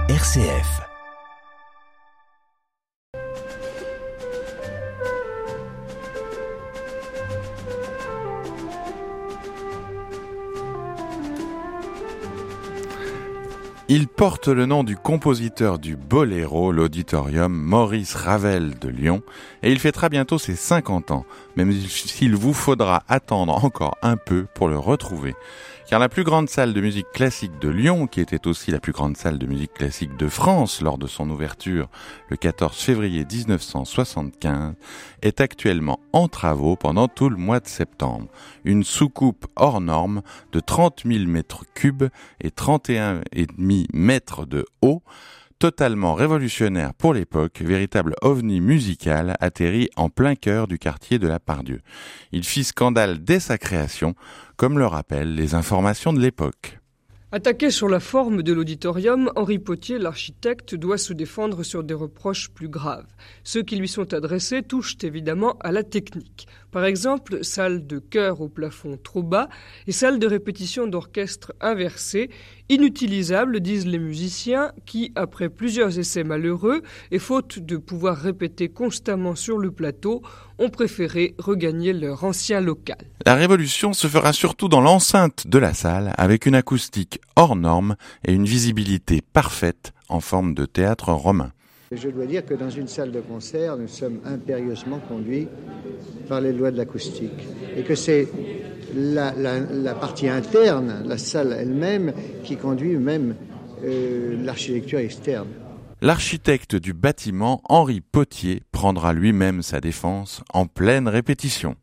RCF. Il porte le nom du compositeur du Boléro, l'auditorium Maurice Ravel de Lyon, et il fêtera bientôt ses 50 ans, même s'il vous faudra attendre encore un peu pour le retrouver. Car la plus grande salle de musique classique de Lyon, qui était aussi la plus grande salle de musique classique de France lors de son ouverture le 14 février 1975, est actuellement en travaux pendant tout le mois de septembre. Une soucoupe hors norme de 30 000 mètres cubes et 31,5 mètres de haut, totalement révolutionnaire pour l'époque, véritable ovni musical atterri en plein cœur du quartier de la Part-Dieu. Il fit scandale dès sa création, comme le rappellent les informations de l'époque. Attaqué sur la forme de l'auditorium, Henri Pottier, l'architecte, doit se défendre sur des reproches plus graves. Ceux qui lui sont adressés touchent évidemment à la technique. Par exemple, salle de chœur au plafond trop bas et salle de répétition d'orchestre inversée, inutilisables, disent les musiciens, qui, après plusieurs essais malheureux et faute de pouvoir répéter constamment sur le plateau, ont préféré regagner leur ancien local. La révolution se fera surtout dans l'enceinte de la salle, avec une acoustique hors norme et une visibilité parfaite en forme de théâtre romain. Je dois dire que dans une salle de concert, nous sommes impérieusement conduits par les lois de l'acoustique et que c'est la partie interne, la salle elle-même, qui conduit même l'architecture externe. L'architecte du bâtiment, Henri Pottier, prendra lui-même sa défense en pleine répétition.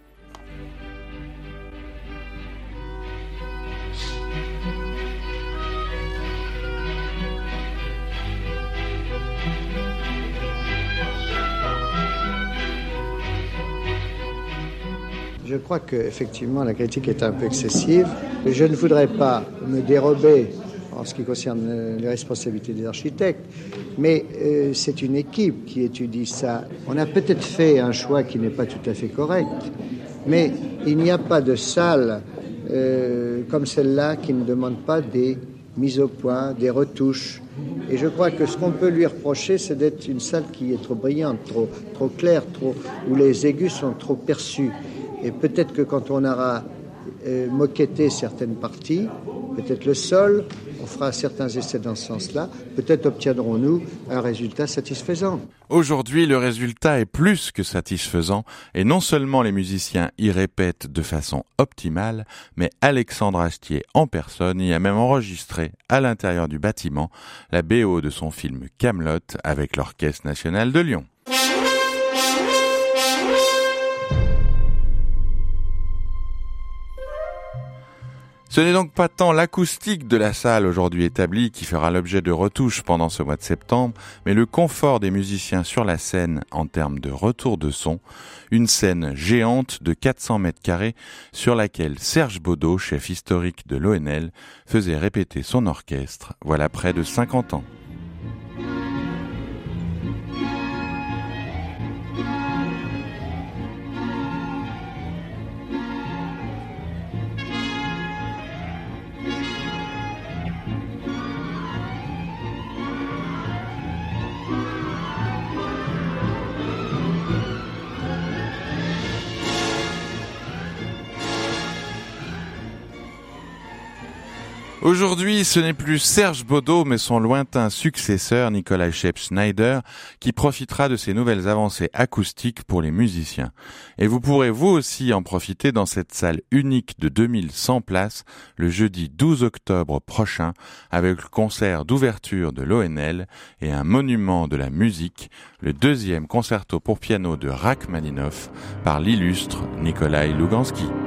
Je crois qu'effectivement la critique est un peu excessive. Je ne voudrais pas me dérober en ce qui concerne les responsabilités des architectes, mais c'est une équipe qui étudie ça. On a peut-être fait un choix qui n'est pas tout à fait correct, mais il n'y a pas de salle comme celle-là qui ne demande pas des mises au point, des retouches. Et je crois que ce qu'on peut lui reprocher, c'est d'être une salle qui est trop brillante, trop claire, où les aigus sont trop perçus. Et peut-être que quand on aura moquetté certaines parties, peut-être le sol, on fera certains essais dans ce sens-là, peut-être obtiendrons-nous un résultat satisfaisant. Aujourd'hui, le résultat est plus que satisfaisant, et non seulement les musiciens y répètent de façon optimale, mais Alexandre Astier en personne y a même enregistré, à l'intérieur du bâtiment, la BO de son film Kaamelott avec l'Orchestre national de Lyon. Ce n'est donc pas tant l'acoustique de la salle aujourd'hui établie qui fera l'objet de retouches pendant ce mois de septembre, mais le confort des musiciens sur la scène en termes de retour de son. Une scène géante de 400 mètres carrés sur laquelle Serge Baudot, chef historique de l'ONL, faisait répéter son orchestre, voilà près de 50 ans. Aujourd'hui, ce n'est plus Serge Baudot, mais son lointain successeur, Nikolai Scheib-Schneider, qui profitera de ces nouvelles avancées acoustiques pour les musiciens. Et vous pourrez vous aussi en profiter dans cette salle unique de 2100 places, le jeudi 12 octobre prochain, avec le concert d'ouverture de l'ONL et un monument de la musique, le deuxième concerto pour piano de Rachmaninoff, par l'illustre Nikolai Louganski.